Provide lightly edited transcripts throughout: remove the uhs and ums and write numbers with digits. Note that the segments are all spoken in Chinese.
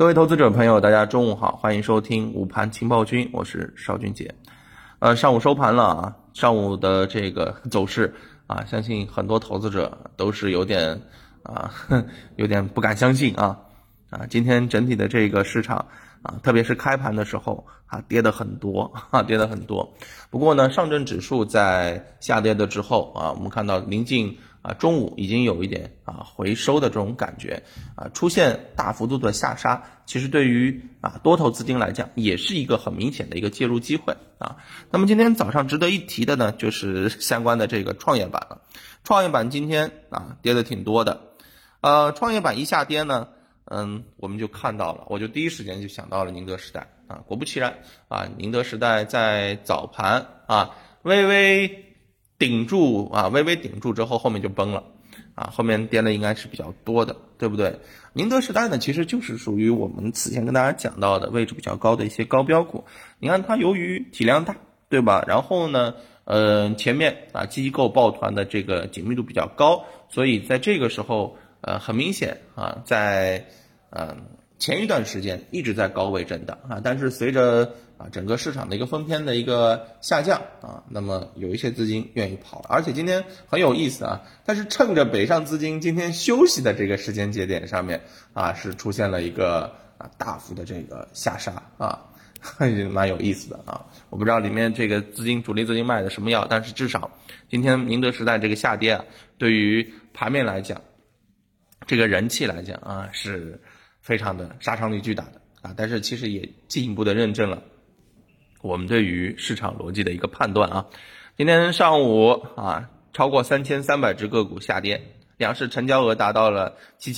各位投资者朋友，大家中午好，欢迎收听午盘情报君，我是邵军杰。上午收盘了啊，上午的这个走势啊，相信很多投资者都是有点不敢相信啊。今天整体的这个市场啊，特别是开盘的时候啊，跌得很多。不过呢，上证指数在下跌的之后啊，我们看到临近中午已经有一点回收的这种感觉出现大幅度的下杀，其实对于多头资金来讲也是一个很明显的一个介入机会啊。那么今天早上值得一提的呢，就是相关的这个创业板了。创业板今天跌得挺多的，创业板一下跌呢，我们就看到了，我就第一时间就想到了宁德时代果不其然宁德时代在早盘微微顶住之后，后面就崩了后面跌的应该是比较多的，对不对？宁德时代呢，其实就是属于我们此前跟大家讲到的位置比较高的一些高标股。你看它由于体量大，对吧？然后呢，前面机构抱团的这个紧密度比较高，所以在这个时候很明显在前一段时间一直在高位震荡但是随着整个市场的一个分偏的一个下降那么有一些资金愿意跑了，而且今天很有意思但是趁着北上资金今天休息的这个时间节点上面是出现了一个大幅的这个下杀蛮有意思的我不知道里面这个主力资金卖的什么药，但是至少今天宁德时代这个下跌对于盘面来讲，这个人气来讲是非常的杀伤力巨大的但是其实也进一步的认证了我们对于市场逻辑的一个判断今天上午超过3300只个股下跌，两市成交额达到了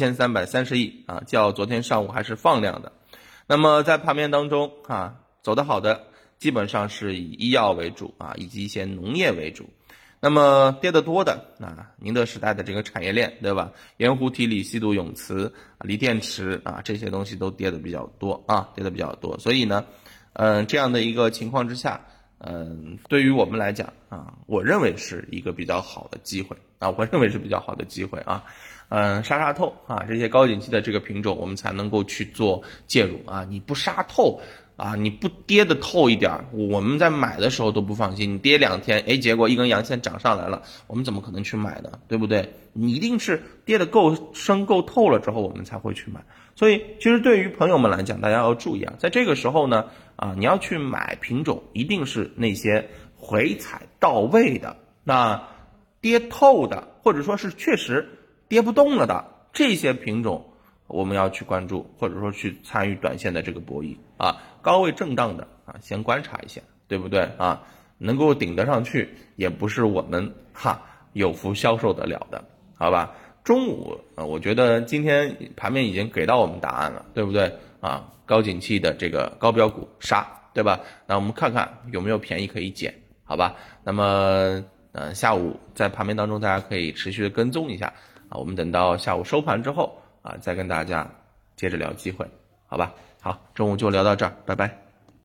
7330亿较昨天上午还是放量的。那么在盘面当中走得好的基本上是以医药为主以及一些农业为主。那么跌得多的宁德时代的这个产业链，对吧？盐湖提锂、稀土永磁、锂电池这些东西都跌得比较多所以呢这样的一个情况之下对于我们来讲我认为是一个比较好的机会杀透这些高景气的这个品种我们才能够去做介入你不杀透你不跌的透一点，我们在买的时候都不放心。你跌2天，结果一根阳线涨上来了，我们怎么可能去买呢？对不对？你一定是跌得够深够透了之后，我们才会去买。所以，其实对于朋友们来讲，大家要注意在这个时候呢，你要去买品种，一定是那些回踩到位的，那跌透的，或者说是确实跌不动了的这些品种。我们要去关注，或者说去参与短线的这个博弈高位震荡的先观察一下，对不对能够顶得上去，也不是我们有福销售得了的，好吧？中午我觉得今天盘面已经给到我们答案了，对不对高景气的这个高标股杀，对吧？那我们看看有没有便宜可以捡，好吧？那么下午在盘面当中，大家可以持续的跟踪一下我们等到下午收盘之后再跟大家接着聊机会，好吧？好，中午就聊到这儿，拜拜。